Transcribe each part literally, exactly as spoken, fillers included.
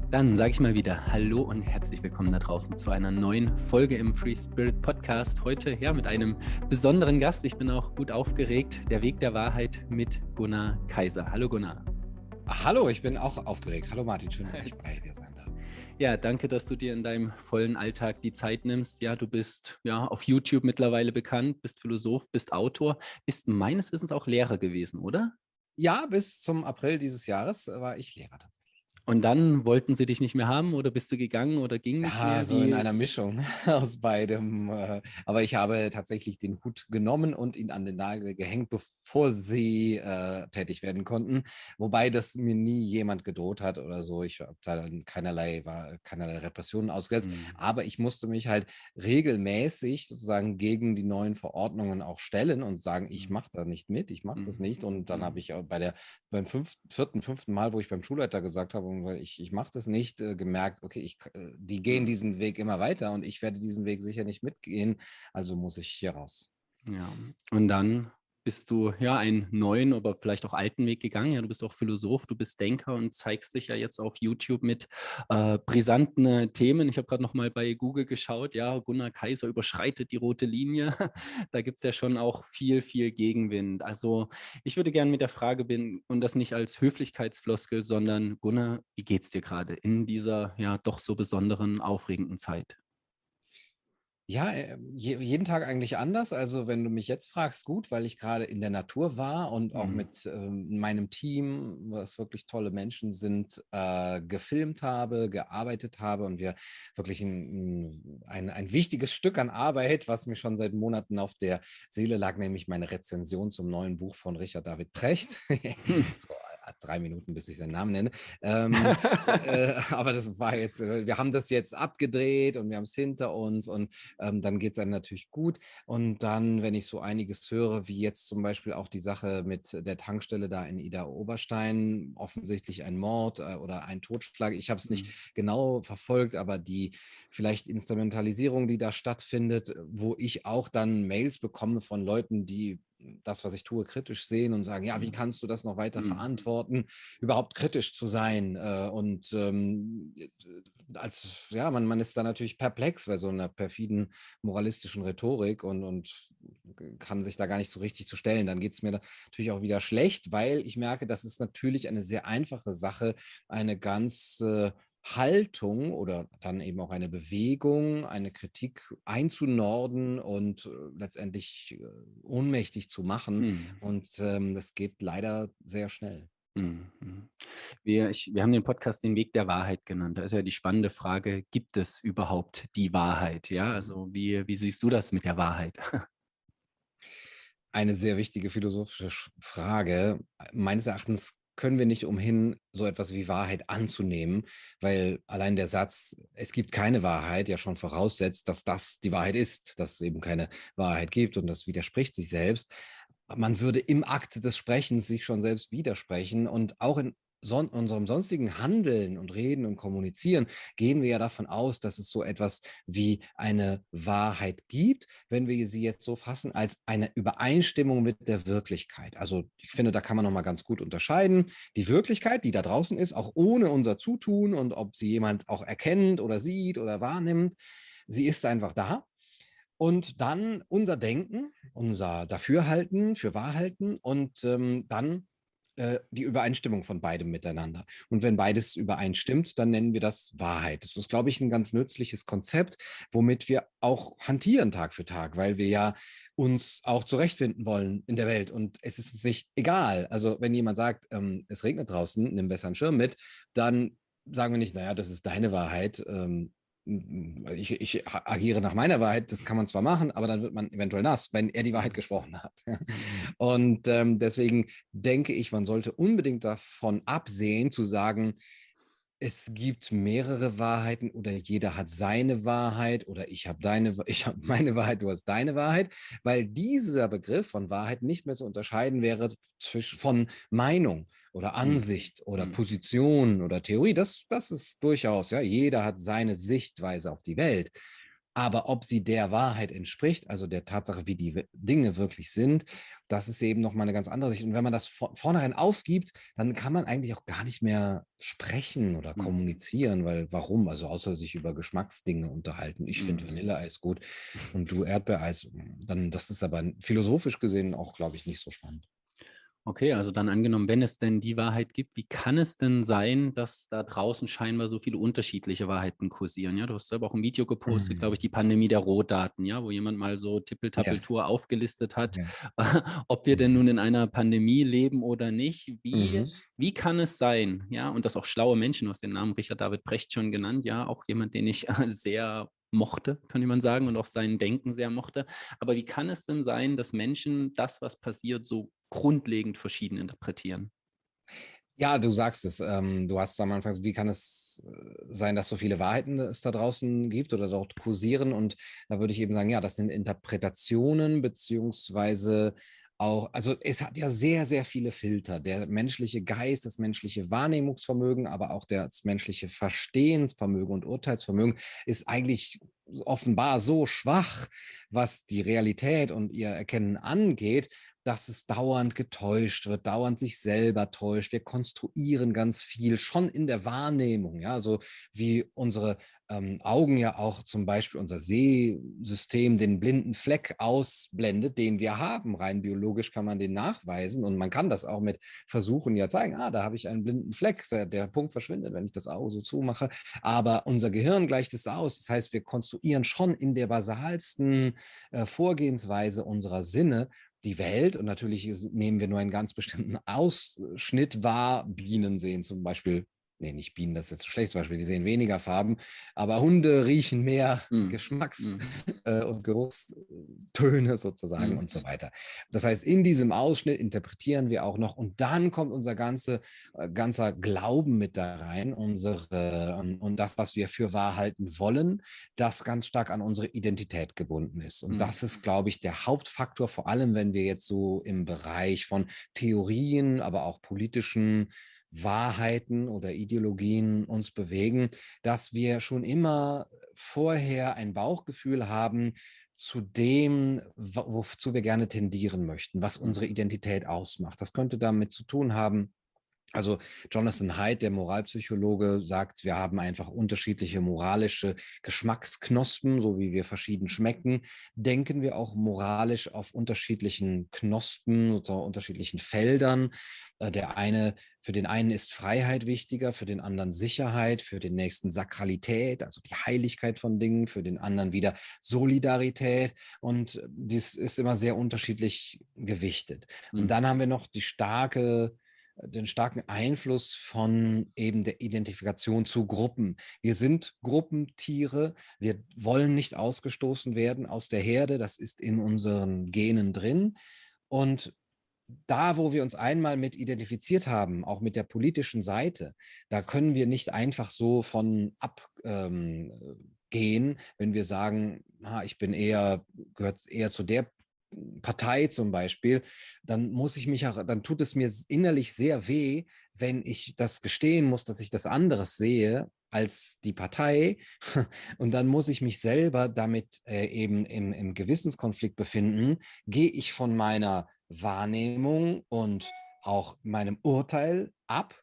Dann sage ich mal wieder Hallo und herzlich willkommen da draußen zu einer neuen Folge im Free Spirit Podcast. Heute ja mit einem besonderen Gast. Ich bin auch gut aufgeregt. Der Weg der Wahrheit mit Gunnar Kaiser. Hallo Gunnar. Hallo, ich bin auch aufgeregt. Hallo Martin, schön, dass ich bei dir sein darf. Ja, danke, dass du dir in deinem vollen Alltag die Zeit nimmst. Ja, du bist ja auf YouTube mittlerweile bekannt, bist Philosoph, bist Autor, bist meines Wissens auch Lehrer gewesen, oder? Ja, bis zum April dieses Jahres war ich Lehrer tatsächlich. Und dann wollten sie dich nicht mehr haben oder bist du gegangen oder ging nicht Ja, mehr? so in Wie? einer Mischung aus beidem. Aber ich habe tatsächlich den Hut genommen und ihn an den Nagel gehängt, bevor sie äh, tätig werden konnten. Wobei das mir nie jemand gedroht hat oder so. Ich habe da keinerlei, war keinerlei Repressionen ausgesetzt. Hm. Aber ich musste mich halt regelmäßig sozusagen gegen die neuen Verordnungen auch stellen und sagen, ich mache da nicht mit, ich mache das nicht. Und dann habe ich auch bei der, beim fünften, vierten, fünften Mal, wo ich beim Schulleiter gesagt habe, ich, ich mache das nicht, äh, gemerkt, okay, ich, äh, die gehen diesen Weg immer weiter und ich werde diesen Weg sicher nicht mitgehen, also muss ich hier raus. Ja, und dann bist du ja einen neuen, aber vielleicht auch alten Weg gegangen. Ja, du bist auch Philosoph, du bist Denker und zeigst dich ja jetzt auf YouTube mit äh, brisanten äh, Themen. Ich habe gerade noch mal bei Google geschaut. Ja, Gunnar Kaiser überschreitet die rote Linie. Da gibt es ja schon auch viel, viel Gegenwind. Also ich würde gerne mit der Frage beginnen und das nicht als Höflichkeitsfloskel, sondern Gunnar, wie geht's dir gerade in dieser ja doch so besonderen, aufregenden Zeit? Ja, äh, je, jeden Tag eigentlich anders. Also wenn du mich jetzt fragst, gut, weil ich gerade in der Natur war und auch Mhm. mit ähm, meinem Team, was wirklich tolle Menschen sind, äh, gefilmt habe, gearbeitet habe und wir wirklich ein, ein, ein wichtiges Stück an Arbeit, was mir schon seit Monaten auf der Seele lag, nämlich meine Rezension zum neuen Buch von Richard David Precht. So, äh, drei Minuten, bis ich seinen Namen nenne. Ähm, äh, aber das war jetzt, äh, wir haben das jetzt abgedreht und wir haben es hinter uns und ähm, dann geht es einem natürlich gut. Und dann, wenn ich so einiges höre, wie jetzt zum Beispiel auch die Sache mit der Tankstelle da in Idar-Oberstein, offensichtlich ein Mord äh, oder ein Totschlag. Ich habe es nicht genau verfolgt, aber die vielleicht Instrumentalisierung, die da stattfindet, wo ich auch dann Mails bekomme von Leuten, die das, was ich tue, kritisch sehen und sagen, ja, wie kannst du das noch weiter Mhm. verantworten, überhaupt kritisch zu sein? Äh, und ähm, als, ja, man, man ist da natürlich perplex bei so einer perfiden moralistischen Rhetorik und, und kann sich da gar nicht so richtig zu stellen. Dann geht es mir natürlich auch wieder schlecht, weil ich merke, das ist natürlich eine sehr einfache Sache, eine ganz äh, Haltung oder dann eben auch eine Bewegung, eine Kritik einzunorden und äh, letztendlich äh, ohnmächtig zu machen. Mhm. Und ähm, das geht leider sehr schnell. Mhm. Wir, ich, wir haben den Podcast den Weg der Wahrheit genannt. Da ist ja die spannende Frage, gibt es überhaupt die Wahrheit? Ja, also wie, wie siehst du das mit der Wahrheit? Eine sehr wichtige philosophische Frage. Meines Erachtens können wir nicht umhin, so etwas wie Wahrheit anzunehmen, weil allein der Satz, es gibt keine Wahrheit, ja schon voraussetzt, dass das die Wahrheit ist, dass es eben keine Wahrheit gibt und das widerspricht sich selbst. Man würde im Akt des Sprechens sich schon selbst widersprechen und auch in son unserem sonstigen Handeln und Reden und Kommunizieren gehen wir ja davon aus, dass es so etwas wie eine Wahrheit gibt, wenn wir sie jetzt so fassen, als eine Übereinstimmung mit der Wirklichkeit. Also ich finde, da kann man nochmal ganz gut unterscheiden. Die Wirklichkeit, die da draußen ist, auch ohne unser Zutun und ob sie jemand auch erkennt oder sieht oder wahrnimmt, sie ist einfach da. Und dann unser Denken, unser Dafürhalten, für Wahrhalten und ähm, dann äh, die Übereinstimmung von beidem miteinander. Und wenn beides übereinstimmt, dann nennen wir das Wahrheit. Das ist, glaube ich, ein ganz nützliches Konzept, womit wir auch hantieren Tag für Tag, weil wir ja uns auch zurechtfinden wollen in der Welt. Und es ist uns nicht egal. Also wenn jemand sagt, ähm, es regnet draußen, nimm besser einen Schirm mit, dann sagen wir nicht, naja, das ist deine Wahrheit. Ähm, ich, ich agiere nach meiner Wahrheit, das kann man zwar machen, aber dann wird man eventuell nass, wenn er die Wahrheit gesprochen hat. Und ähm, deswegen denke ich, man sollte unbedingt davon absehen, zu sagen, es gibt mehrere Wahrheiten oder jeder hat seine Wahrheit oder ich habe deine, ich habe meine Wahrheit, du hast deine Wahrheit, weil dieser Begriff von Wahrheit nicht mehr zu unterscheiden wäre zwischen von Meinung oder Ansicht oder Mhm. Position oder Theorie. Das, das ist durchaus, ja, jeder hat seine Sichtweise auf die Welt. Aber ob sie der Wahrheit entspricht, also der Tatsache, wie die Dinge wirklich sind, das ist eben nochmal eine ganz andere Sicht. Und wenn man das von vornherein aufgibt, dann kann man eigentlich auch gar nicht mehr sprechen oder Mhm. kommunizieren, weil warum? Also außer sich über Geschmacksdinge unterhalten. Ich finde Mhm. Vanilleeis gut und du Erdbeereis. Dann, das ist aber philosophisch gesehen auch, glaube ich, nicht so spannend. Okay, also dann angenommen, wenn es denn die Wahrheit gibt, wie kann es denn sein, dass da draußen scheinbar so viele unterschiedliche Wahrheiten kursieren? Ja, du hast selber auch ein Video gepostet, glaube ich, Mhm. die Pandemie der Rohdaten, ja, wo jemand mal so Ja, Tippeltappeltour aufgelistet hat, ja. ob wir denn Mhm. nun in einer Pandemie leben oder nicht. Wie, Mhm. wie kann es sein, ja, und dass auch schlaue Menschen, du hast den Namen Richard David Brecht schon genannt, ja, auch jemand, den ich sehr mochte, könnte man sagen, und auch sein Denken sehr mochte. Aber wie kann es denn sein, dass Menschen das, was passiert, so grundlegend verschieden interpretieren? Ja, du sagst es. Ähm, du hast am Anfang, wie kann es äh, sein, dass so viele Wahrheiten es da draußen gibt oder dort kursieren? Und da würde ich eben sagen, ja, das sind Interpretationen beziehungsweise auch, also es hat ja sehr, sehr viele Filter. Der menschliche Geist, das menschliche Wahrnehmungsvermögen, aber auch das menschliche Verstehensvermögen und Urteilsvermögen ist eigentlich offenbar so schwach, was die Realität und ihr Erkennen angeht, dass es dauernd getäuscht wird, dauernd sich selber täuscht. Wir konstruieren ganz viel schon in der Wahrnehmung, ja, so wie unsere ähm, Augen ja auch zum Beispiel unser Sehsystem den blinden Fleck ausblendet, den wir haben. Rein biologisch kann man den nachweisen und man kann das auch mit Versuchen ja zeigen. Ah, da habe ich einen blinden Fleck. Der, der Punkt verschwindet, wenn ich das Auge so zumache. Aber unser Gehirn gleicht es aus. Das heißt, wir konstruieren schon in der basalsten äh, Vorgehensweise unserer Sinne die Welt und natürlich ist, nehmen wir nur einen ganz bestimmten Ausschnitt wahr. Bienen sehen zum Beispiel, nee, nicht Bienen, das ist jetzt ein schlechtes Beispiel, die sehen weniger Farben, aber Hunde riechen mehr Mhm. Geschmacks- Mhm. äh, und Geruchstöne sozusagen Mhm. und so weiter. Das heißt, in diesem Ausschnitt interpretieren wir auch noch und dann kommt unser ganze, äh, ganzer Glauben mit da rein, unsere und, und das, was wir für wahr halten wollen, das ganz stark an unsere Identität gebunden ist. Und Mhm. das ist, glaube ich, der Hauptfaktor, vor allem wenn wir jetzt so im Bereich von Theorien, aber auch politischen Wahrheiten oder Ideologien uns bewegen, dass wir schon immer vorher ein Bauchgefühl haben zu dem, wozu wir gerne tendieren möchten, was unsere Mhm. Identität ausmacht. Das könnte damit zu tun haben, also Jonathan Haidt, der Moralpsychologe, sagt, wir haben einfach unterschiedliche moralische Geschmacksknospen, so wie wir verschieden schmecken, denken wir auch moralisch auf unterschiedlichen Knospen, sozusagen unterschiedlichen Feldern. Äh, Der eine, für den einen ist Freiheit wichtiger, für den anderen Sicherheit, für den nächsten Sakralität, also die Heiligkeit von Dingen, für den anderen wieder Solidarität. Und dies ist immer sehr unterschiedlich gewichtet. Und Mhm. dann haben wir noch die starke den starken Einfluss von eben der Identifikation zu Gruppen. Wir sind Gruppentiere, wir wollen nicht ausgestoßen werden aus der Herde, das ist in unseren Genen drin. Und da, wo wir uns einmal mit identifiziert haben, auch mit der politischen Seite, da können wir nicht einfach so von abgehen, ähm, wenn wir sagen, ah, ich bin eher, gehört eher zu der Partei zum Beispiel, dann muss ich mich auch, dann tut es mir innerlich sehr weh, wenn ich das gestehen muss, dass ich das anderes sehe als die Partei. Und dann muss ich mich selber damit äh, eben im, im Gewissenskonflikt befinden. Gehe ich von meiner Wahrnehmung und auch meinem Urteil ab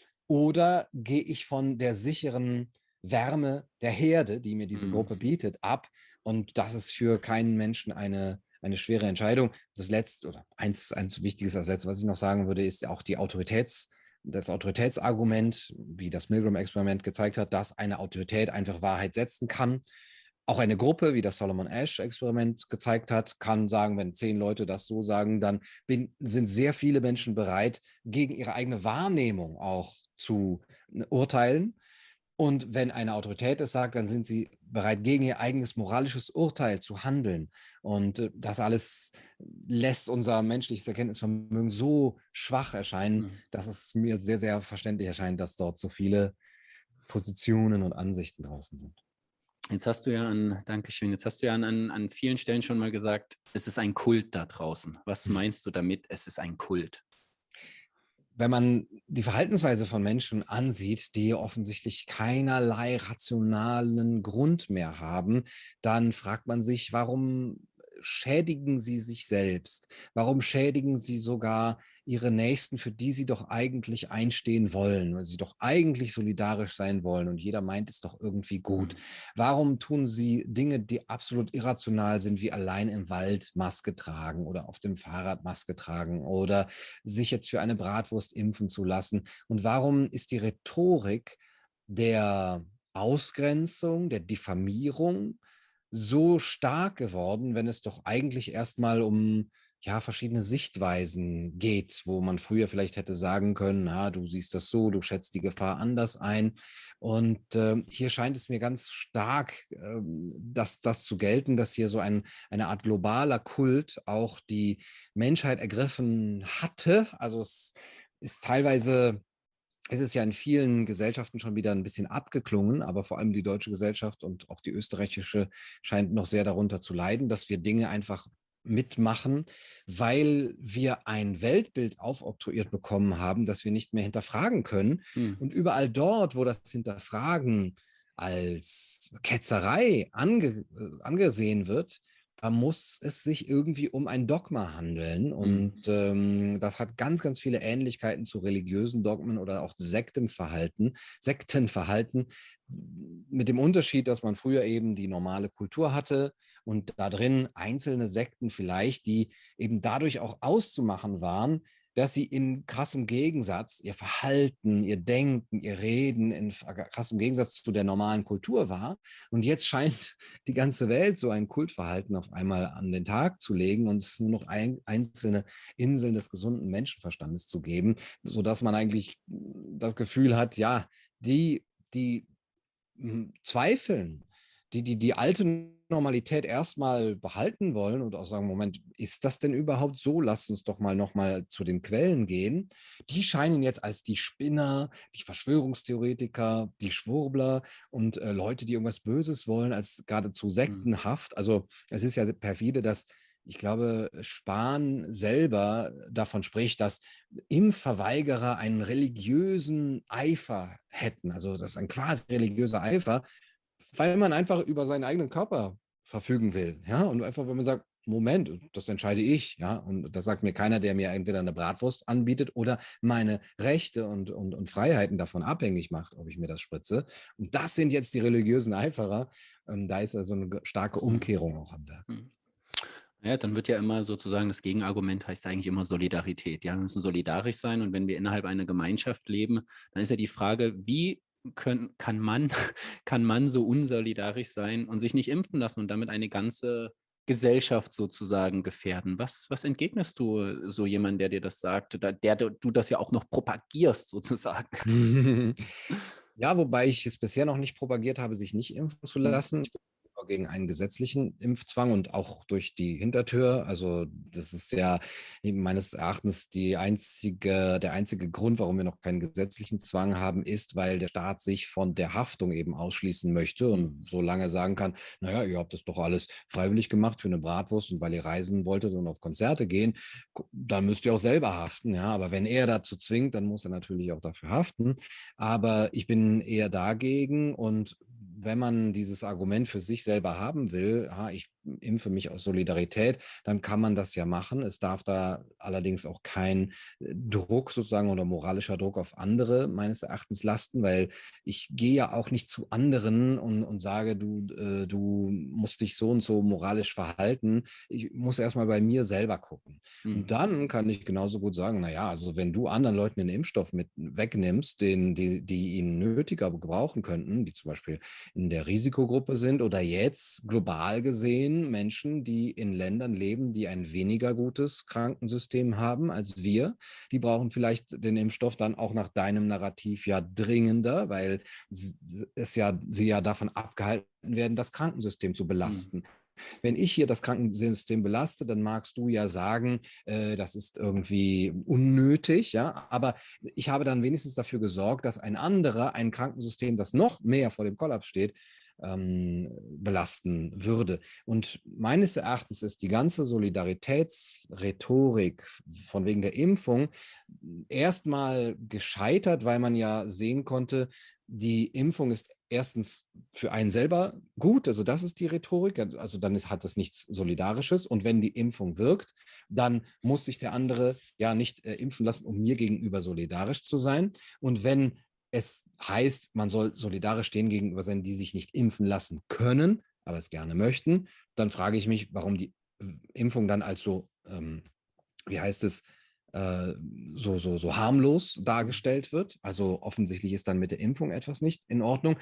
oder gehe ich von der sicheren Wärme der Herde, die mir diese Mhm. Gruppe bietet, ab? Und das ist für keinen Menschen eine, eine schwere Entscheidung. Das letzte oder eins, eins wichtiges als letztes, was ich noch sagen würde, ist auch die Autoritäts, das Autoritätsargument, wie das Milgram-Experiment gezeigt hat, dass eine Autorität einfach Wahrheit setzen kann. Auch eine Gruppe, wie das Solomon Asch-Experiment gezeigt hat, kann sagen, wenn zehn Leute das so sagen, dann bin, sind sehr viele Menschen bereit, gegen ihre eigene Wahrnehmung auch zu urteilen. Und wenn eine Autorität es sagt, dann sind sie bereit, gegen ihr eigenes moralisches Urteil zu handeln. Und äh, das alles lässt unser menschliches Erkenntnisvermögen so schwach erscheinen, Mhm. dass es mir sehr, sehr verständlich erscheint, dass dort so viele Positionen und Ansichten draußen sind. Jetzt hast du ja an, Dankeschön, jetzt hast du ja an, an, an vielen Stellen schon mal gesagt, es ist ein Kult da draußen. Was meinst du damit, es ist ein Kult? wenn man die Verhaltensweise von Menschen ansieht, die offensichtlich keinerlei rationalen Grund mehr haben, dann fragt man sich, warum schädigen sie sich selbst? Warum schädigen sie sogar ihre Nächsten, für die sie doch eigentlich einstehen wollen, weil sie doch eigentlich solidarisch sein wollen und jeder meint es doch irgendwie gut? Warum tun sie Dinge, die absolut irrational sind, wie allein im Wald Maske tragen oder auf dem Fahrrad Maske tragen oder sich jetzt für eine Bratwurst impfen zu lassen? Und warum ist die Rhetorik der Ausgrenzung, der Diffamierung so stark geworden, wenn es doch eigentlich erstmal um ja, verschiedene Sichtweisen geht, wo man früher vielleicht hätte sagen können, na, du siehst das so, du schätzt die Gefahr anders ein. Und äh, hier scheint es mir ganz stark, äh, dass das zu gelten, dass hier so ein, eine Art globaler Kult auch die Menschheit ergriffen hatte. Also es ist teilweise, es ist ja in vielen Gesellschaften schon wieder ein bisschen abgeklungen, aber vor allem die deutsche Gesellschaft und auch die österreichische scheint noch sehr darunter zu leiden, dass wir Dinge einfach mitmachen, weil wir ein Weltbild aufoktroyiert bekommen haben, das wir nicht mehr hinterfragen können. Hm. Und überall dort, wo das Hinterfragen als Ketzerei ange, äh, angesehen wird, da muss es sich irgendwie um ein Dogma handeln. Und ähm, das hat ganz, ganz viele Ähnlichkeiten zu religiösen Dogmen oder auch Sektenverhalten, Sektenverhalten, mit dem Unterschied, dass man früher eben die normale Kultur hatte und da drin einzelne Sekten vielleicht, die eben dadurch auch auszumachen waren, dass sie in krassem Gegensatz, ihr Verhalten, ihr Denken, ihr Reden in krassem Gegensatz zu der normalen Kultur war. Und jetzt scheint die ganze Welt so ein Kultverhalten auf einmal an den Tag zu legen und es nur noch ein, einzelne Inseln des gesunden Menschenverstandes zu geben, sodass man eigentlich das Gefühl hat, ja, die, die mh, zweifeln, die, die die alte Normalität erstmal behalten wollen und auch sagen, Moment, ist das denn überhaupt so? Lasst uns doch mal nochmal zu den Quellen gehen. Die scheinen jetzt als die Spinner, die Verschwörungstheoretiker, die Schwurbler und äh, Leute, die irgendwas Böses wollen, als geradezu sektenhaft. Also es ist ja perfide, dass ich glaube, Spahn selber davon spricht, dass Impfverweigerer einen religiösen Eifer hätten, also das ist ein quasi religiöser Eifer, weil man einfach über seinen eigenen Körper verfügen will. Ja, und einfach, wenn man sagt, Moment, das entscheide ich, ja, und das sagt mir keiner, der mir entweder eine Bratwurst anbietet oder meine Rechte und, und, und Freiheiten davon abhängig macht, ob ich mir das spritze. Und das sind jetzt die religiösen Eiferer. Ähm, da ist also eine starke Umkehrung auch am Werk. Ja, dann wird ja immer sozusagen das Gegenargument heißt eigentlich immer Solidarität. Ja, wir müssen solidarisch sein und wenn wir innerhalb einer Gemeinschaft leben, dann ist ja die Frage, wie können, kann man, kann man so unsolidarisch sein und sich nicht impfen lassen und damit eine ganze Gesellschaft sozusagen gefährden? Was, was entgegnest du so jemand, der dir das sagt, der, der du das ja auch noch propagierst sozusagen? Ja, wobei ich es bisher noch nicht propagiert habe, sich nicht impfen zu lassen. Ich bin gegen einen gesetzlichen Impfzwang und auch durch die Hintertür. Also das ist ja meines Erachtens die einzige, der einzige Grund, warum wir noch keinen gesetzlichen Zwang haben, ist, weil der Staat sich von der Haftung eben ausschließen möchte und so lange sagen kann, naja, ihr habt das doch alles freiwillig gemacht für eine Bratwurst und weil ihr reisen wolltet und auf Konzerte gehen, dann müsst ihr auch selber haften. Ja, aber wenn er dazu zwingt, dann muss er natürlich auch dafür haften. Aber ich bin eher dagegen und wenn man dieses Argument für sich selber haben will, aha, ich impfe mich aus Solidarität, dann kann man das ja machen. Es darf da allerdings auch kein Druck sozusagen oder moralischer Druck auf andere meines Erachtens lasten, weil ich gehe ja auch nicht zu anderen und, und sage, du, äh, du musst dich so und so moralisch verhalten. Ich muss erstmal bei mir selber gucken. Mhm. Und dann kann ich genauso gut sagen, naja, also wenn du anderen Leuten den Impfstoff mit wegnimmst, den, die, die ihn nötiger gebrauchen könnten, die zum Beispiel in der Risikogruppe sind oder jetzt global gesehen Menschen, die in Ländern leben, die ein weniger gutes Krankensystem haben als wir, die brauchen vielleicht den Impfstoff dann auch nach deinem Narrativ ja dringender, weil es ja, sie ja davon abgehalten werden, das Krankensystem zu belasten. Mhm. Wenn ich hier das Krankensystem belaste, dann magst du ja sagen, äh, das ist irgendwie unnötig, ja, aber ich habe dann wenigstens dafür gesorgt, dass ein anderer ein Krankensystem, das noch mehr vor dem Kollaps steht, ähm, belasten würde. Und meines Erachtens ist die ganze Solidaritätsrhetorik von wegen der Impfung erstmal gescheitert, weil man ja sehen konnte, die Impfung ist erstens für einen selber gut, also das ist die Rhetorik, also dann ist, hat das nichts Solidarisches, und wenn die Impfung wirkt, dann muss sich der andere ja nicht äh, impfen lassen, um mir gegenüber solidarisch zu sein. Und wenn es heißt, man soll solidarisch denen gegenüber sein, die sich nicht impfen lassen können, aber es gerne möchten, dann frage ich mich, warum die Impfung dann als so, ähm, wie heißt es, äh, so, so, so harmlos dargestellt wird. Also offensichtlich ist dann mit der Impfung etwas nicht in Ordnung.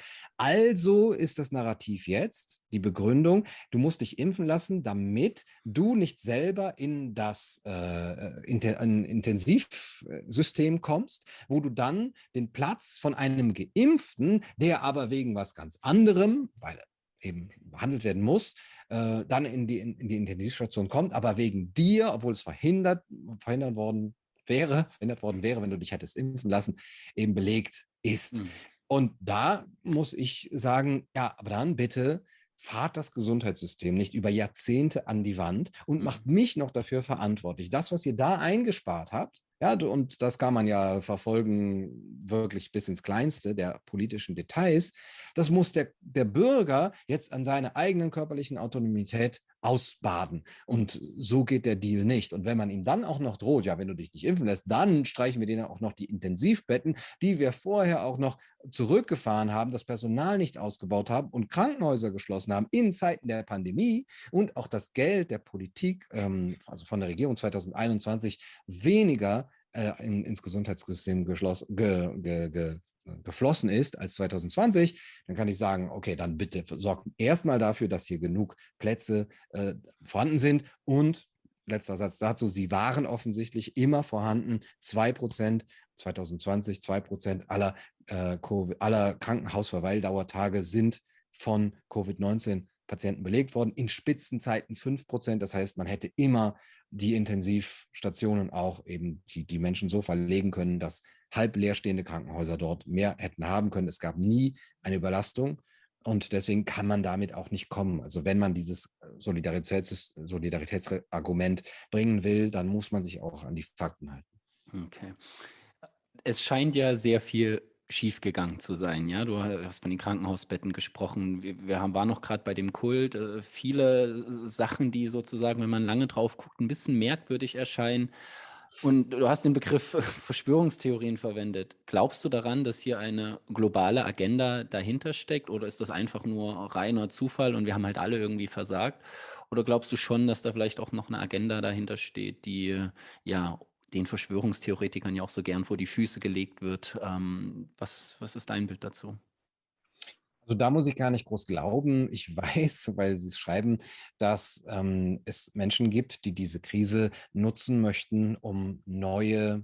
Also ist das Narrativ jetzt, die Begründung, du musst dich impfen lassen, damit du nicht selber in das äh, in, in Intensivsystem kommst, wo du dann den Platz von einem Geimpften, der aber wegen was ganz anderem, weil eben behandelt werden muss, äh, dann in die, in, in die Intensivstation kommt, aber wegen dir, obwohl es verhindert, verhindert worden wäre, verhindert worden wäre, wenn du dich hättest impfen lassen, eben belegt ist. Mhm. Und da muss ich sagen, ja, aber dann bitte fahrt das Gesundheitssystem nicht über Jahrzehnte an die Wand und mhm. macht mich noch dafür verantwortlich. Das, was ihr da eingespart habt, ja, und das kann man ja verfolgen, wirklich bis ins Kleinste der politischen Details, das muss der, der Bürger jetzt an seiner eigenen körperlichen Autonomität ausbaden. Und so geht der Deal nicht. Und wenn man ihm dann auch noch droht, ja, wenn du dich nicht impfen lässt, dann streichen wir denen auch noch die Intensivbetten, die wir vorher auch noch zurückgefahren haben, das Personal nicht ausgebaut haben und Krankenhäuser geschlossen haben in Zeiten der Pandemie, und auch das Geld der Politik, ähm, also von der Regierung zwanzig einundzwanzig, weniger äh, in, ins Gesundheitssystem geschloss, ge, ge, ge, geflossen ist als zwanzig zwanzig, dann kann ich sagen, okay, dann bitte sorgt erstmal dafür, dass hier genug Plätze äh, vorhanden sind. Und letzter Satz dazu, sie waren offensichtlich immer vorhanden. zwei Prozent zwanzig zwanzig, zwei Prozent aller, äh, aller Krankenhausverweildauertage sind von Covid neunzehn Patienten belegt worden, in Spitzenzeiten fünf Prozent. Das heißt, man hätte immer die Intensivstationen auch eben die, die Menschen so verlegen können, dass halb leerstehende Krankenhäuser dort mehr hätten haben können. Es gab nie eine Überlastung, und deswegen kann man damit auch nicht kommen. Also wenn man dieses Solidaritäts, Solidaritätsargument bringen will, dann muss man sich auch an die Fakten halten. Okay. Es scheint ja sehr viel schiefgegangen zu sein, ja. Du hast von den Krankenhausbetten gesprochen. Wir, wir haben, waren noch gerade bei dem Kult. Äh, viele Sachen, die sozusagen, wenn man lange drauf guckt, ein bisschen merkwürdig erscheinen. Und du hast den Begriff Verschwörungstheorien verwendet. Glaubst du daran, dass hier eine globale Agenda dahinter steckt, oder ist das einfach nur reiner Zufall und wir haben halt alle irgendwie versagt? Oder glaubst du schon, dass da vielleicht auch noch eine Agenda dahinter steht, die ja den Verschwörungstheoretikern ja auch so gern vor die Füße gelegt wird? Ähm, was, was ist dein Bild dazu? Also da muss ich gar nicht groß glauben. Ich weiß, weil Sie es schreiben, dass ähm, es Menschen gibt, die diese Krise nutzen möchten, um neue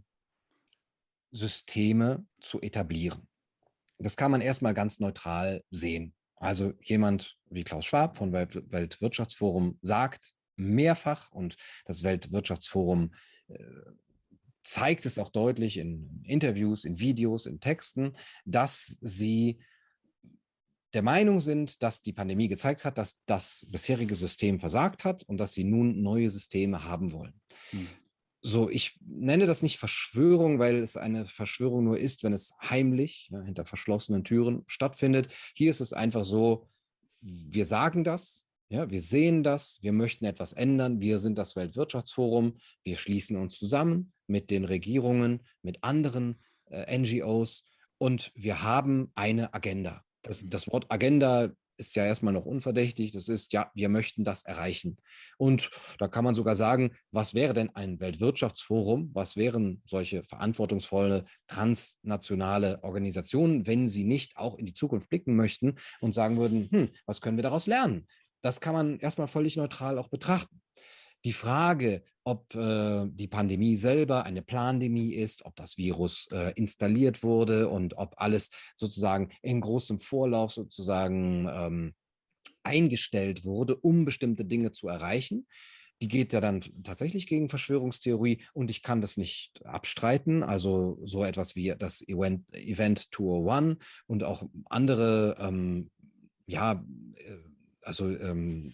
Systeme zu etablieren. Das kann man erstmal ganz neutral sehen. Also jemand wie Klaus Schwab von Welt Weltwirtschaftsforum sagt mehrfach, und das Weltwirtschaftsforum äh, zeigt es auch deutlich in Interviews, in Videos, in Texten, dass sie der Meinung sind, dass die Pandemie gezeigt hat, dass das bisherige System versagt hat und dass sie nun neue Systeme haben wollen. Hm. So, ich nenne das nicht Verschwörung, weil es eine Verschwörung nur ist, wenn es heimlich, ja, hinter verschlossenen Türen stattfindet. Hier ist es einfach so, wir sagen das, ja, wir sehen das, wir möchten etwas ändern, wir sind das Weltwirtschaftsforum, wir schließen uns zusammen mit den Regierungen, mit anderen äh, N G Os, und wir haben eine Agenda. Das, das Wort Agenda ist ja erstmal noch unverdächtig. Das ist, ja, wir möchten das erreichen. Und da kann man sogar sagen, was wäre denn ein Weltwirtschaftsforum? Was wären solche verantwortungsvolle transnationale Organisationen, wenn sie nicht auch in die Zukunft blicken möchten und sagen würden, hm, was können wir daraus lernen? Das kann man erstmal völlig neutral auch betrachten. Die Frage, ob äh, die Pandemie selber eine Plandemie ist, ob das Virus äh, installiert wurde und ob alles sozusagen in großem Vorlauf sozusagen ähm, eingestellt wurde, um bestimmte Dinge zu erreichen, die geht ja dann tatsächlich gegen Verschwörungstheorie, und ich kann das nicht abstreiten. Also so etwas wie das Event, Event zweihunderteins und auch andere ähm, ja, äh, also ähm,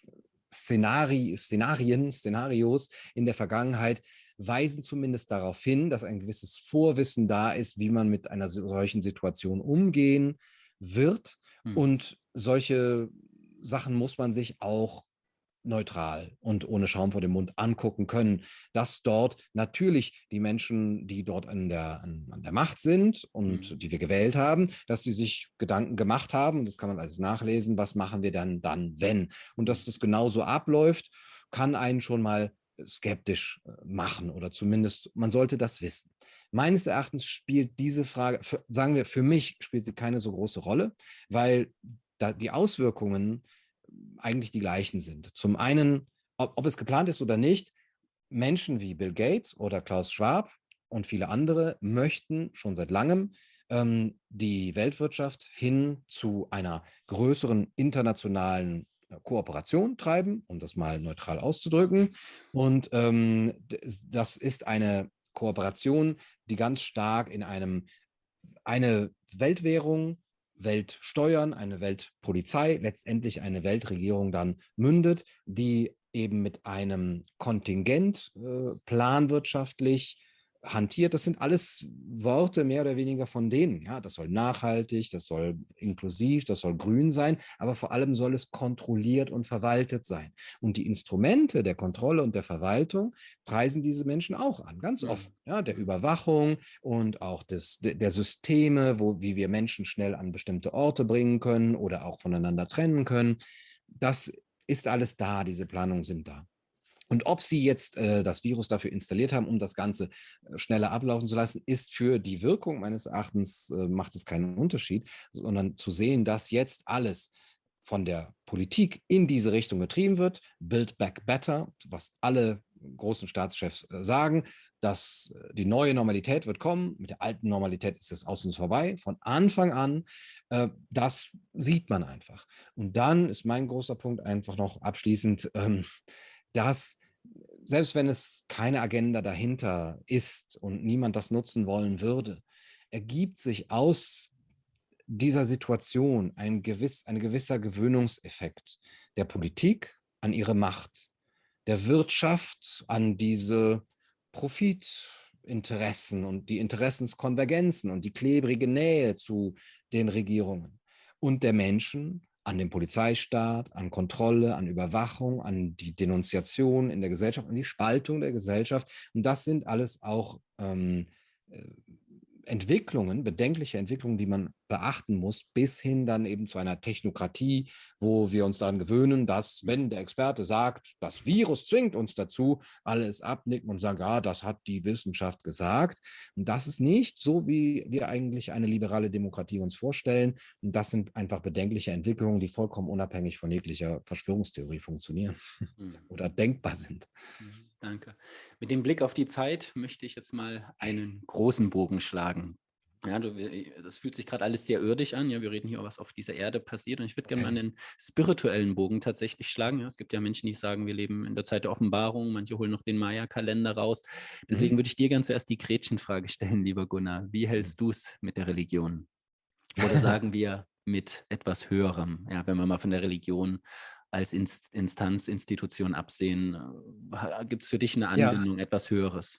Szenari, Szenarien, Szenarios in der Vergangenheit weisen zumindest darauf hin, dass ein gewisses Vorwissen da ist, wie man mit einer solchen Situation umgehen wird. Hm. Und solche Sachen muss man sich auch neutral und ohne Schaum vor dem Mund angucken können, dass dort natürlich die Menschen, die dort an der, an, an der Macht sind und Hm. die wir gewählt haben, dass sie sich Gedanken gemacht haben, das kann man alles nachlesen, was machen wir dann, dann, wenn. Und dass das genauso abläuft, kann einen schon mal skeptisch machen oder zumindest, man sollte das wissen. Meines Erachtens spielt diese Frage, für, sagen wir, für mich spielt sie keine so große Rolle, weil da die Auswirkungen eigentlich die gleichen sind. Zum einen, ob, ob es geplant ist oder nicht, Menschen wie Bill Gates oder Klaus Schwab und viele andere möchten schon seit langem ähm, die Weltwirtschaft hin zu einer größeren internationalen Kooperation treiben, um das mal neutral auszudrücken. Und ähm, das ist eine Kooperation, die ganz stark in einem eine Weltwährung, Weltsteuern, eine Weltpolizei, letztendlich eine Weltregierung dann mündet, die eben mit einem Kontingent äh, planwirtschaftlich hantiert. Das sind alles Worte mehr oder weniger von denen. Ja, das soll nachhaltig, das soll inklusiv, das soll grün sein, aber vor allem soll es kontrolliert und verwaltet sein. Und die Instrumente der Kontrolle und der Verwaltung preisen diese Menschen auch an, ganz offen. Ja, der Überwachung und auch des, der Systeme, wo, wie wir Menschen schnell an bestimmte Orte bringen können oder auch voneinander trennen können. Das ist alles da, diese Planungen sind da. Und ob sie jetzt äh, das Virus dafür installiert haben, um das Ganze äh, schneller ablaufen zu lassen, ist für die Wirkung meines Erachtens, äh, macht es keinen Unterschied, sondern zu sehen, dass jetzt alles von der Politik in diese Richtung getrieben wird, Build Back Better, was alle großen Staatschefs äh, sagen, dass äh, die neue Normalität wird kommen, mit der alten Normalität ist es aus uns vorbei, von Anfang an, äh, das sieht man einfach. Und dann ist mein großer Punkt einfach noch abschließend, ähm, dass selbst wenn es keine Agenda dahinter ist und niemand das nutzen wollen würde, ergibt sich aus dieser Situation ein, gewiss, ein gewisser Gewöhnungseffekt der Politik an ihre Macht, der Wirtschaft an diese Profitinteressen und die Interessenskonvergenzen und die klebrige Nähe zu den Regierungen und der Menschen an den Polizeistaat, an Kontrolle, an Überwachung, an die Denunziation in der Gesellschaft, an die Spaltung der Gesellschaft. Und das sind alles auch ähm, Entwicklungen, bedenkliche Entwicklungen, die man beachten muss, bis hin dann eben zu einer Technokratie, wo wir uns daran gewöhnen, dass, wenn der Experte sagt, das Virus zwingt uns dazu, alles abnicken und sagen, ja, das hat die Wissenschaft gesagt. Und das ist nicht so, wie wir eigentlich eine liberale Demokratie uns vorstellen. Und das sind einfach bedenkliche Entwicklungen, die vollkommen unabhängig von jeglicher Verschwörungstheorie funktionieren Mhm. oder denkbar sind. Danke. Mit dem Blick auf die Zeit möchte ich jetzt mal einen großen Bogen schlagen. Ja, du, das fühlt sich gerade alles sehr irdisch an. Ja, wir reden hier, was auf dieser Erde passiert. Und ich würde gerne mal einen spirituellen Bogen tatsächlich schlagen. Ja, es gibt ja Menschen, die sagen, wir leben in der Zeit der Offenbarung. Manche holen noch den Maya-Kalender raus. Deswegen mhm. würde ich dir gerne zuerst die Gretchenfrage stellen, lieber Gunnar. Wie hältst du es mit der Religion? Oder sagen wir mit etwas Höherem? Ja, wenn wir mal von der Religion als Instanz, Institution absehen, gibt es für dich eine Anbindung, ja. etwas Höheres?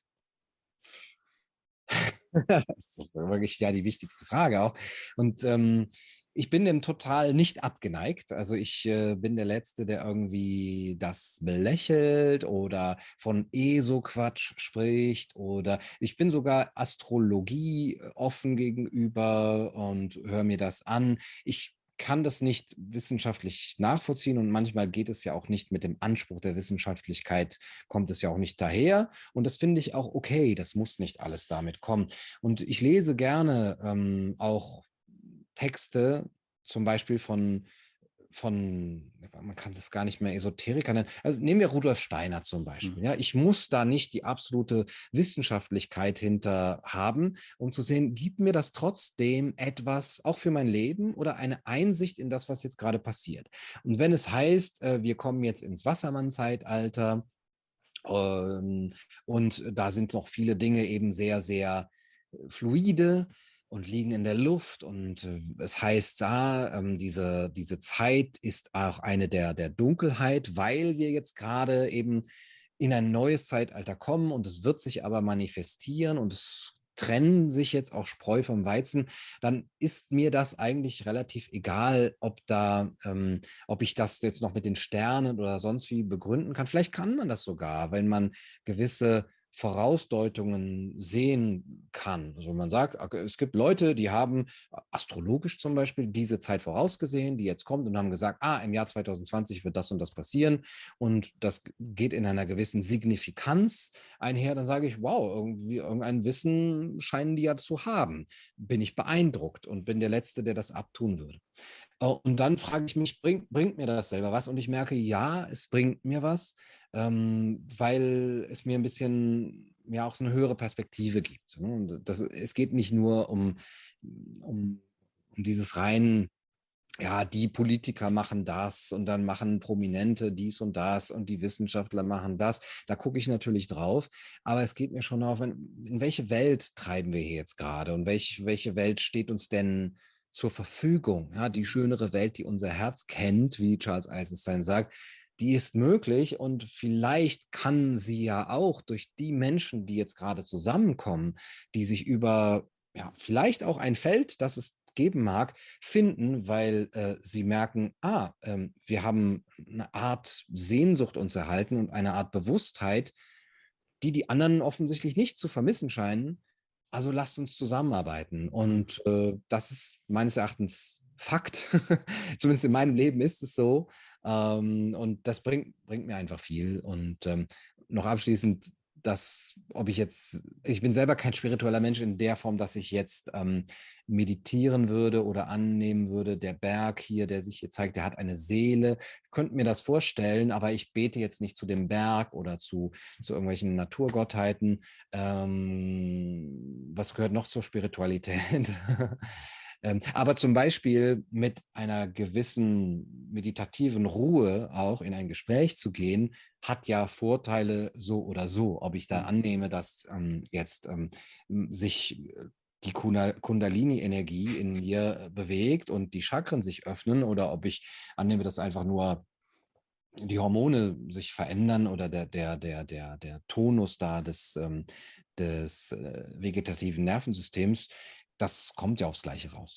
Das ist wirklich ja die wichtigste Frage auch. Und ähm, ich bin dem total nicht abgeneigt. Also ich äh, bin der Letzte, der irgendwie das belächelt oder von ESO-Quatsch spricht. Oder ich bin sogar Astrologie offen gegenüber und höre mir das an. Ich kann das nicht wissenschaftlich nachvollziehen und manchmal geht es ja auch nicht mit dem Anspruch der Wissenschaftlichkeit, kommt es ja auch nicht daher und das finde ich auch okay, das muss nicht alles damit kommen. Und ich lese gerne ähm, auch Texte, zum Beispiel von von, man kann es gar nicht mehr Esoteriker nennen. Also nehmen wir Rudolf Steiner zum Beispiel. Mhm. Ja, ich muss da nicht die absolute Wissenschaftlichkeit hinter haben, um zu sehen, gibt mir das trotzdem etwas, auch für mein Leben oder eine Einsicht in das, was jetzt gerade passiert. Und wenn es heißt, wir kommen jetzt ins Wassermann-Zeitalter ähm, und da sind noch viele Dinge eben sehr, sehr fluide, und liegen in der Luft. Und äh, es heißt da, ähm, diese, diese Zeit ist auch eine der, der Dunkelheit, weil wir jetzt gerade eben in ein neues Zeitalter kommen und es wird sich aber manifestieren und es trennen sich jetzt auch Spreu vom Weizen, dann ist mir das eigentlich relativ egal, ob da, ähm, ob ich das jetzt noch mit den Sternen oder sonst wie begründen kann. Vielleicht kann man das sogar, wenn man gewisse Vorausdeutungen sehen kann. Also man sagt, es gibt Leute, die haben astrologisch zum Beispiel diese Zeit vorausgesehen, die jetzt kommt und haben gesagt, ah, im Jahr zwanzig zwanzig wird das und das passieren und das geht in einer gewissen Signifikanz einher, dann sage ich, wow, irgendwie irgendein Wissen scheinen die ja zu haben. Bin ich beeindruckt und bin der Letzte, der das abtun würde. Und dann frage ich mich, bringt, bringt mir das selber was? Und ich merke, ja, es bringt mir was, ähm, weil es mir ein bisschen ja auch so eine höhere Perspektive gibt. Ne? Und das, es geht nicht nur um, um, um dieses rein, ja, die Politiker machen das und dann machen Prominente dies und das und die Wissenschaftler machen das. Da gucke ich natürlich drauf. Aber es geht mir schon auf, in, in welche Welt treiben wir hier jetzt gerade und welch, welche Welt steht uns denn zur Verfügung? Ja, die schönere Welt, die unser Herz kennt, wie Charles Eisenstein sagt, die ist möglich und vielleicht kann sie ja auch durch die Menschen, die jetzt gerade zusammenkommen, die sich über ja, vielleicht auch ein Feld, das es geben mag, finden, weil äh, sie merken, ah, ähm, wir haben eine Art Sehnsucht uns erhalten und eine Art Bewusstheit, die die anderen offensichtlich nicht zu vermissen scheinen. Also lasst uns zusammenarbeiten. Und äh, das ist meines Erachtens Fakt. Zumindest in meinem Leben ist es so. Ähm, und das bringt, bringt mir einfach viel. Und ähm, noch abschließend, dass, ob ich jetzt, ich bin selber kein spiritueller Mensch in der Form, dass ich jetzt ähm, meditieren würde oder annehmen würde, der Berg hier, der sich hier zeigt, der hat eine Seele. Ich könnte mir das vorstellen, aber ich bete jetzt nicht zu dem Berg oder zu, zu irgendwelchen Naturgottheiten. Ähm, was gehört noch zur Spiritualität? Ähm, aber zum Beispiel mit einer gewissen meditativen Ruhe auch in ein Gespräch zu gehen, hat ja Vorteile so oder so. Ob ich da annehme, dass ähm, jetzt ähm, sich die Kundalini-Energie in mir bewegt und die Chakren sich öffnen oder ob ich annehme, dass einfach nur die Hormone sich verändern oder der, der, der, der, der Tonus da des, ähm, des äh, vegetativen Nervensystems, das kommt ja aufs Gleiche raus.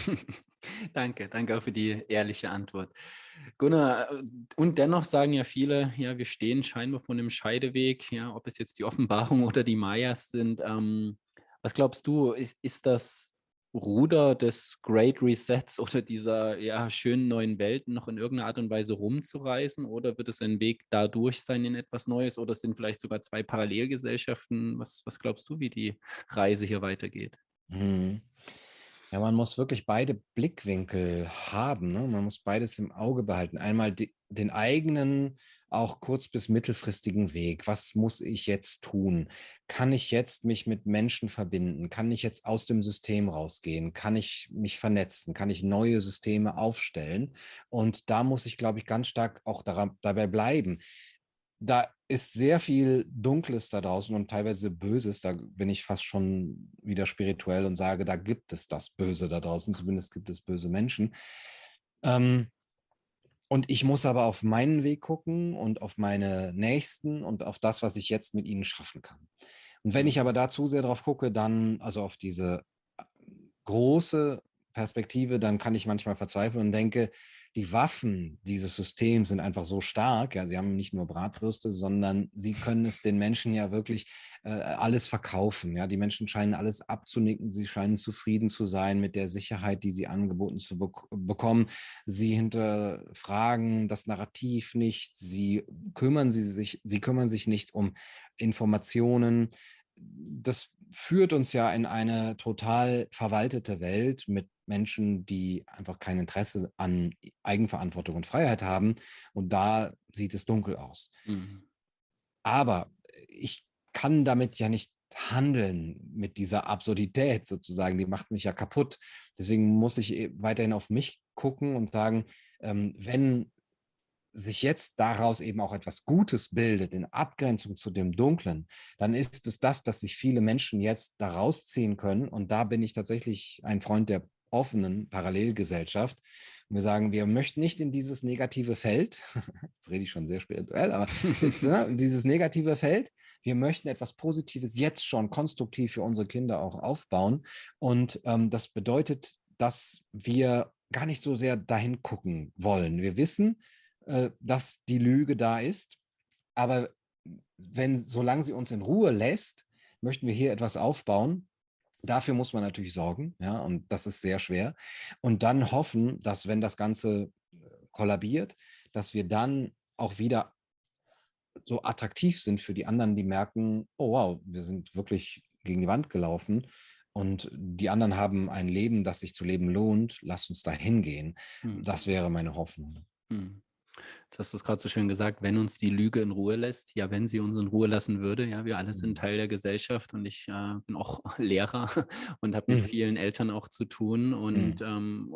Danke, danke auch für die ehrliche Antwort. Gunnar, äh, und dennoch sagen ja viele, ja, wir stehen scheinbar vor einem Scheideweg, ja, ob es jetzt die Offenbarung oder die Mayas sind. Ähm, was glaubst du, ist, ist das Ruder des Great Resets oder dieser ja, schönen neuen Welten noch in irgendeiner Art und Weise rumzureißen oder wird es ein Weg dadurch sein in etwas Neues oder es sind vielleicht sogar zwei Parallelgesellschaften? Was, was glaubst du, wie die Reise hier weitergeht? Hm. Ja, man muss wirklich beide Blickwinkel haben. Ne? Man muss beides im Auge behalten. Einmal die, den eigenen, auch kurz- bis mittelfristigen Weg. Was muss ich jetzt tun? Kann ich jetzt mich mit Menschen verbinden? Kann ich jetzt aus dem System rausgehen? Kann ich mich vernetzen? Kann ich neue Systeme aufstellen? Und da muss ich, glaube ich, ganz stark auch daran, dabei bleiben. Da ist sehr viel Dunkles da draußen und teilweise Böses. Da bin ich fast schon wieder spirituell und sage, da gibt es das Böse da draußen. Zumindest gibt es böse Menschen. Ähm, und ich muss aber auf meinen Weg gucken und auf meine Nächsten und auf das, was ich jetzt mit ihnen schaffen kann. Und wenn ich aber da zu sehr drauf gucke, dann, also auf diese große Perspektive, dann kann ich manchmal verzweifeln und denke, die Waffen dieses Systems sind einfach so stark. Ja, sie haben nicht nur Bratwürste, sondern sie können es den Menschen ja wirklich äh, alles verkaufen. Ja, die Menschen scheinen alles abzunicken. Sie scheinen zufrieden zu sein mit der Sicherheit, die sie angeboten zu be bekommen. Sie hinterfragen das Narrativ nicht. Sie kümmern sie sich, sie kümmern sich nicht um Informationen. Das führt uns ja in eine total verwaltete Welt mit Menschen, die einfach kein Interesse an Eigenverantwortung und Freiheit haben. Und da sieht es dunkel aus. Mhm. Aber ich kann damit ja nicht handeln mit dieser Absurdität sozusagen. Die macht mich ja kaputt. Deswegen muss ich weiterhin auf mich gucken und sagen, ähm, wenn sich jetzt daraus eben auch etwas Gutes bildet, in Abgrenzung zu dem Dunklen, dann ist es das, dass sich viele Menschen jetzt da rausziehen können. Und da bin ich tatsächlich ein Freund der offenen Parallelgesellschaft. Und wir sagen, wir möchten nicht in dieses negative Feld, jetzt rede ich schon sehr spirituell, aber ist, ne, dieses negative Feld, wir möchten etwas Positives jetzt schon konstruktiv für unsere Kinder auch aufbauen. Und ähm, das bedeutet, dass wir gar nicht so sehr dahin gucken wollen. Wir wissen, äh, dass die Lüge da ist, aber wenn, solange sie uns in Ruhe lässt, möchten wir hier etwas aufbauen. Dafür muss man natürlich sorgen, ja, und das ist sehr schwer. Und dann hoffen, dass, wenn das Ganze kollabiert, dass wir dann auch wieder so attraktiv sind für die anderen, die merken, oh wow, wir sind wirklich gegen die Wand gelaufen und die anderen haben ein Leben, das sich zu leben lohnt. Lass uns da hingehen. Hm. Das wäre meine Hoffnung. Hm. Das hast du es gerade so schön gesagt, wenn uns die Lüge in Ruhe lässt, ja, wenn sie uns in Ruhe lassen würde, ja, wir alle sind Teil der Gesellschaft und ich äh, bin auch Lehrer und habe mit Mhm. vielen Eltern auch zu tun und Mhm. ähm,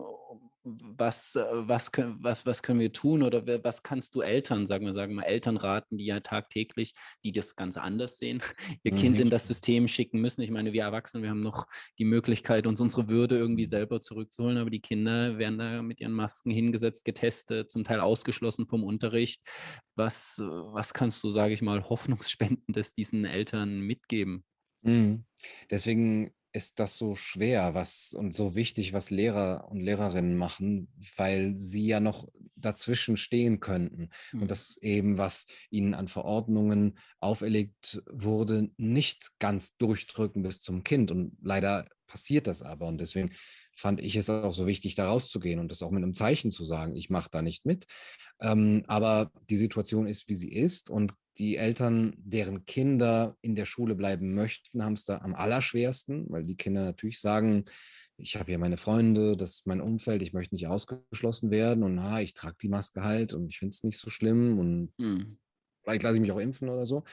was, äh, was, können, was, was können wir tun oder wer- was kannst du Eltern, sagen wir, sagen wir mal, Eltern raten, die ja tagtäglich, die das Ganze anders sehen, ihr Kind Mhm. in das System schicken müssen. Ich meine, wir Erwachsene, wir haben noch die Möglichkeit, uns unsere Würde irgendwie Mhm. selber zurückzuholen, aber die Kinder werden da mit ihren Masken hingesetzt, getestet, zum Teil ausgeschlossen vom Unterricht. Was, äh, was kannst du, sage ich mal, Hoffnungsspendendes diesen Eltern mitgeben? Mhm. Deswegen ist das so schwer, was und so wichtig, was Lehrer und Lehrerinnen machen, weil sie ja noch dazwischen stehen könnten und Hm. das eben, was ihnen an Verordnungen auferlegt wurde, nicht ganz durchdrücken bis zum Kind. Und leider passiert das aber. Und deswegen fand ich es auch so wichtig, da rauszugehen und das auch mit einem Zeichen zu sagen, ich mache da nicht mit. Ähm, aber die Situation ist, wie sie ist und die Eltern, deren Kinder in der Schule bleiben möchten, haben es da am allerschwersten, weil die Kinder natürlich sagen, ich habe hier meine Freunde, das ist mein Umfeld, ich möchte nicht ausgeschlossen werden und na, ich trage die Maske halt und ich finde es nicht so schlimm und Hm. vielleicht lasse ich mich auch impfen oder so.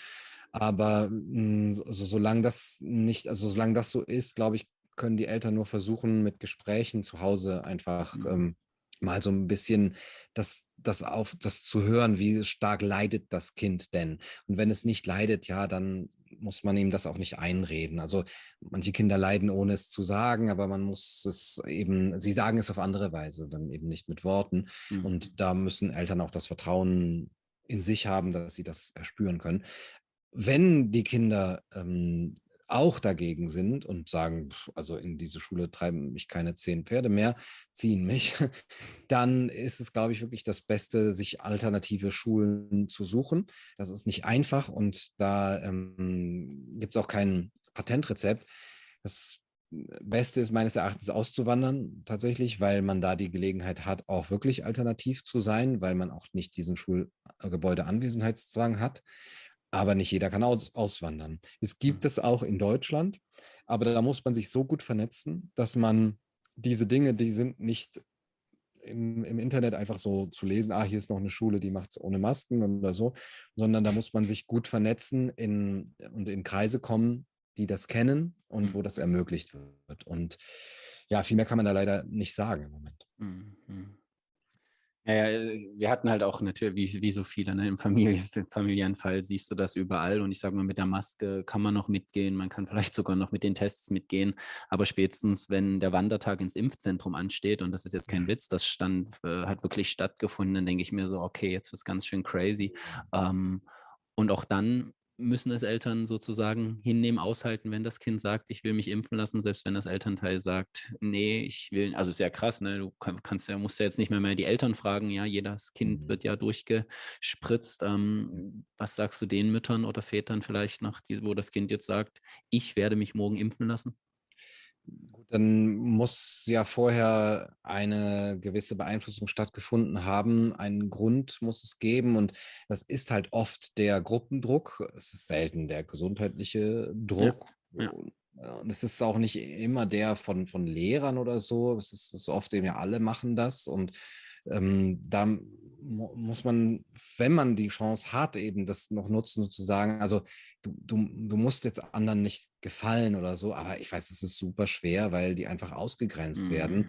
Aber mh, so, also, solange das nicht, also solange das so ist, glaube ich, können die Eltern nur versuchen, mit Gesprächen zu Hause einfach Hm. ähm, mal so ein bisschen das, das auf das zu hören, wie stark leidet das Kind denn. Und wenn es nicht leidet, ja, dann muss man ihm das auch nicht einreden. Also manche Kinder leiden, ohne es zu sagen, aber man muss es eben, sie sagen es auf andere Weise, dann eben nicht mit Worten. Hm. Und da müssen Eltern auch das Vertrauen in sich haben, dass sie das erspüren können. Wenn die Kinder ähm, auch dagegen sind und sagen, also in diese Schule treiben mich keine zehn Pferde mehr, ziehen mich, dann ist es, glaube ich, wirklich das Beste, sich alternative Schulen zu suchen. Das ist nicht einfach und da ähm, gibt es auch kein Patentrezept. Das Beste ist meines Erachtens auszuwandern, tatsächlich, weil man da die Gelegenheit hat, auch wirklich alternativ zu sein, weil man auch nicht diesen Schulgebäudeanwesenheitszwang hat. Aber nicht jeder kann aus auswandern. Es Hm. gibt es auch in Deutschland, aber da muss man sich so gut vernetzen, dass man diese Dinge, die sind nicht im, im Internet einfach so zu lesen, ah, hier ist noch eine Schule, die macht es ohne Masken oder so, sondern da muss man sich gut vernetzen in, und in Kreise kommen, die das kennen und Hm. wo das ermöglicht wird. Und ja, viel mehr kann man da leider nicht sagen im Moment. Hm. Hm. Ja, ja, wir hatten halt auch natürlich, wie, wie so viele, ne, im Familie, im familiären Fall siehst du das überall. Und ich sage mal, mit der Maske kann man noch mitgehen, man kann vielleicht sogar noch mit den Tests mitgehen. Aber spätestens, wenn der Wandertag ins Impfzentrum ansteht, und das ist jetzt kein Witz, das stand, äh, hat wirklich stattgefunden, dann denke ich mir so, okay, jetzt wird es ganz schön crazy. Ähm, und auch dann müssen es Eltern sozusagen hinnehmen, aushalten, wenn das Kind sagt, ich will mich impfen lassen, selbst wenn das Elternteil sagt, nee, ich will, also sehr krass, ne? Du kannst ja, musst ja jetzt nicht mehr, mehr die Eltern fragen, ja, jedes Kind Mhm. wird ja durchgespritzt. Ähm, was sagst du den Müttern oder Vätern vielleicht noch, die, wo das Kind jetzt sagt, ich werde mich morgen impfen lassen? Gut, dann muss ja vorher eine gewisse Beeinflussung stattgefunden haben. Einen Grund muss es geben und das ist halt oft der Gruppendruck. Es ist selten der gesundheitliche Ja, Druck. ja. Und es ist auch nicht immer der von, von Lehrern oder so. Es ist, es ist oft eben ja, alle machen das und ähm, da mu muss man, wenn man die Chance hat, eben das noch nutzen und zu sagen, also du, du, du musst jetzt anderen nicht gefallen oder so, aber ich weiß, es ist super schwer, weil die einfach ausgegrenzt Mhm. werden.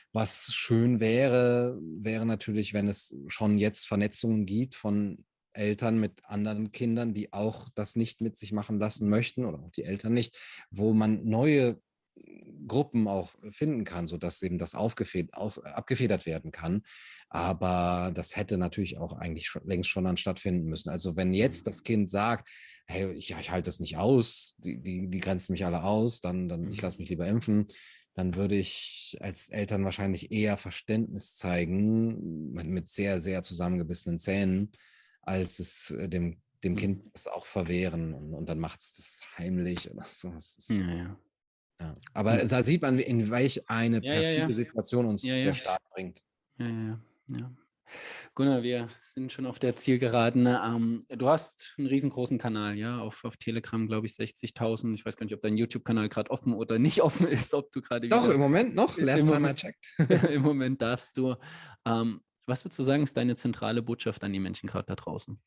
Was schön wäre, wäre natürlich, wenn es schon jetzt Vernetzungen gibt von Eltern mit anderen Kindern, die auch das nicht mit sich machen lassen möchten oder auch die Eltern nicht, wo man neue Gruppen auch finden kann, sodass eben das aufgefed aus, abgefedert werden kann. Aber das hätte natürlich auch eigentlich schon, längst schon dann stattfinden müssen. Also wenn jetzt das Kind sagt, hey, ich, ja, ich halte das nicht aus, die, die, die grenzen mich alle aus, dann, dann ich lasse mich lieber impfen, dann würde ich als Eltern wahrscheinlich eher Verständnis zeigen, mit, mit sehr, sehr zusammengebissenen Zähnen, als es äh, dem, dem Kind das auch verwehren und, und dann macht es das heimlich oder so. Das ist, Ja, ja. ja. Aber da sieht man, in welch eine Ja, ja, perfide ja. Situation uns Ja, der ja. Staat bringt. Ja, ja, ja. Gunnar, wir sind schon auf der Zielgeraden. Ähm, du hast einen riesengroßen Kanal, ja, auf, auf Telegram, glaube ich, sechzigtausend. Ich weiß gar nicht, ob dein YouTube-Kanal gerade offen oder nicht offen ist, ob du gerade Doch, wieder... im Moment noch. Last Im time I Moment, checked. im Moment darfst du. Ähm, was würdest du sagen, ist deine zentrale Botschaft an die Menschen gerade da draußen?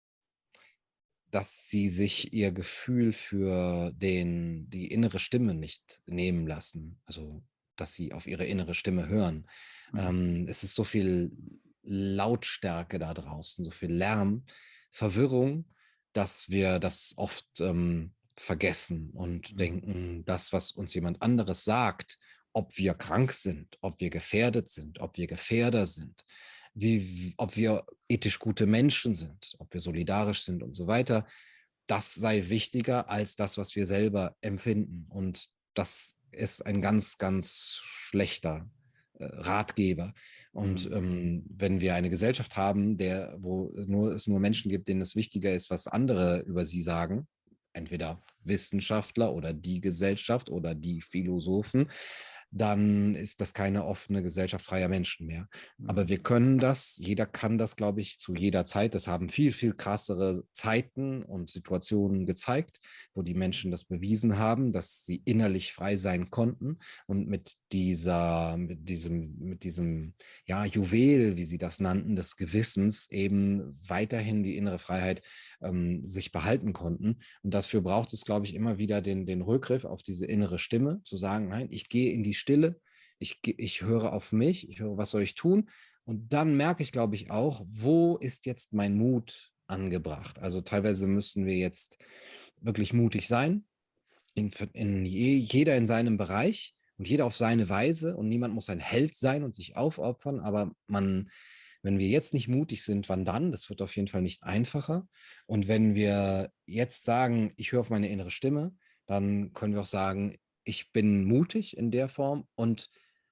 Dass sie sich ihr Gefühl für den, die innere Stimme nicht nehmen lassen. Also, dass sie auf ihre innere Stimme hören. Mhm. Ähm, es ist so viel Lautstärke da draußen, so viel Lärm, Verwirrung, dass wir das oft ähm, vergessen und Mhm. denken, das, was uns jemand anderes sagt, ob wir krank sind, ob wir gefährdet sind, ob wir Gefährder sind, wie, ob wir ethisch gute Menschen sind, ob wir solidarisch sind und so weiter, das sei wichtiger als das, was wir selber empfinden. Und das ist ein ganz, ganz schlechter äh, Ratgeber. Und Mhm. ähm, wenn wir eine Gesellschaft haben, der, wo nur, es nur Menschen gibt, denen es wichtiger ist, was andere über sie sagen, entweder Wissenschaftler oder die Gesellschaft oder die Philosophen, dann ist das keine offene Gesellschaft freier Menschen mehr. Aber wir können das, jeder kann das, glaube ich, zu jeder Zeit. Das haben viel, viel krassere Zeiten und Situationen gezeigt, wo die Menschen das bewiesen haben, dass sie innerlich frei sein konnten und mit dieser, mit diesem, mit diesem, ja, Juwel, wie sie das nannten, des Gewissens eben weiterhin die innere Freiheit ähm, sich behalten konnten. Und dafür braucht es, glaube ich, immer wieder den, den Rückgriff auf diese innere Stimme, zu sagen, nein, ich gehe in die Stille, ich, ich höre auf mich, ich höre, was soll ich tun? Und dann merke ich, glaube ich, auch, wo ist jetzt mein Mut angebracht? Also teilweise müssen wir jetzt wirklich mutig sein, in, in je, jeder in seinem Bereich und jeder auf seine Weise und niemand muss ein Held sein und sich aufopfern, aber man, wenn wir jetzt nicht mutig sind, wann dann? Das wird auf jeden Fall nicht einfacher. Und wenn wir jetzt sagen, ich höre auf meine innere Stimme, dann können wir auch sagen, ich bin mutig in der Form und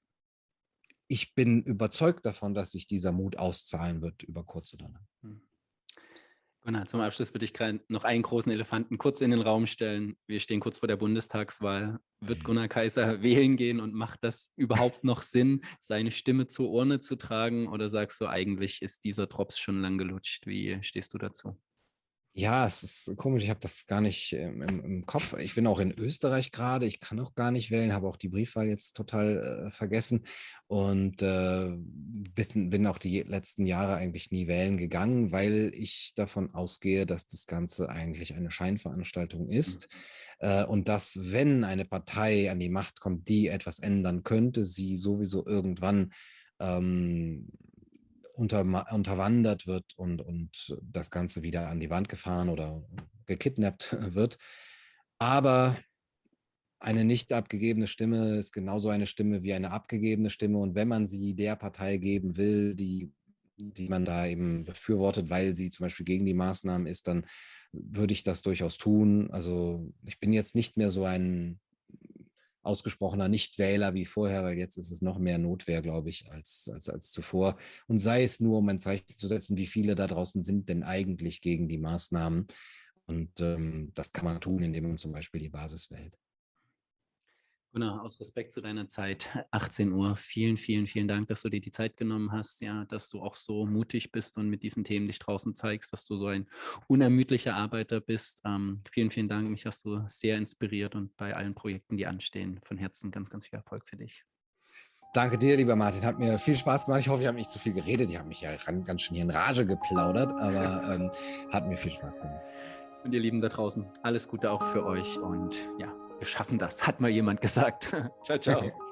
ich bin überzeugt davon, dass sich dieser Mut auszahlen wird über kurz oder lang. Mhm. Gunnar, zum Abschluss würde ich gerade noch einen großen Elefanten kurz in den Raum stellen. Wir stehen kurz vor der Bundestagswahl. Wird Gunnar Kaiser wählen gehen und macht das überhaupt noch Sinn, seine Stimme zur Urne zu tragen? Oder sagst du, eigentlich ist dieser Drops schon lang gelutscht? Wie stehst du dazu? Ja, es ist komisch, ich habe das gar nicht ähm, im, im Kopf. Ich bin auch in Österreich gerade, ich kann auch gar nicht wählen, habe auch die Briefwahl jetzt total äh, vergessen und äh, bis, bin auch die letzten Jahre eigentlich nie wählen gegangen, weil ich davon ausgehe, dass das Ganze eigentlich eine Scheinveranstaltung ist äh, und dass, wenn eine Partei an die Macht kommt, die etwas ändern könnte, sie sowieso irgendwann ähm, Unter, unterwandert wird und, und das Ganze wieder an die Wand gefahren oder gekidnappt wird. Aber eine nicht abgegebene Stimme ist genauso eine Stimme wie eine abgegebene Stimme. Und wenn man sie der Partei geben will, die, die man da eben befürwortet, weil sie zum Beispiel gegen die Maßnahmen ist, dann würde ich das durchaus tun. Also ich bin jetzt nicht mehr so ein ausgesprochener Nichtwähler wie vorher, weil jetzt ist es noch mehr Notwehr, glaube ich, als, als, als zuvor. Und sei es nur, um ein Zeichen zu setzen, wie viele da draußen sind denn eigentlich gegen die Maßnahmen. Und ähm, das kann man tun, indem man zum Beispiel die Basis wählt. Gunnar, aus Respekt zu deiner Zeit, achtzehn Uhr, vielen, vielen, vielen Dank, dass du dir die Zeit genommen hast, ja, dass du auch so mutig bist und mit diesen Themen dich draußen zeigst, dass du so ein unermüdlicher Arbeiter bist. Ähm, vielen, vielen Dank, mich hast du sehr inspiriert und bei allen Projekten, die anstehen, von Herzen ganz, ganz viel Erfolg für dich. Danke dir, lieber Martin. Hat mir viel Spaß gemacht. Ich hoffe, ich habe nicht zu viel geredet. Ich habe mich ja ganz schön hier in Rage geplaudert, aber ähm, hat mir viel Spaß gemacht. Und ihr Lieben da draußen, alles Gute auch für euch und ja, wir schaffen das, hat mal jemand gesagt. Ciao, ciao.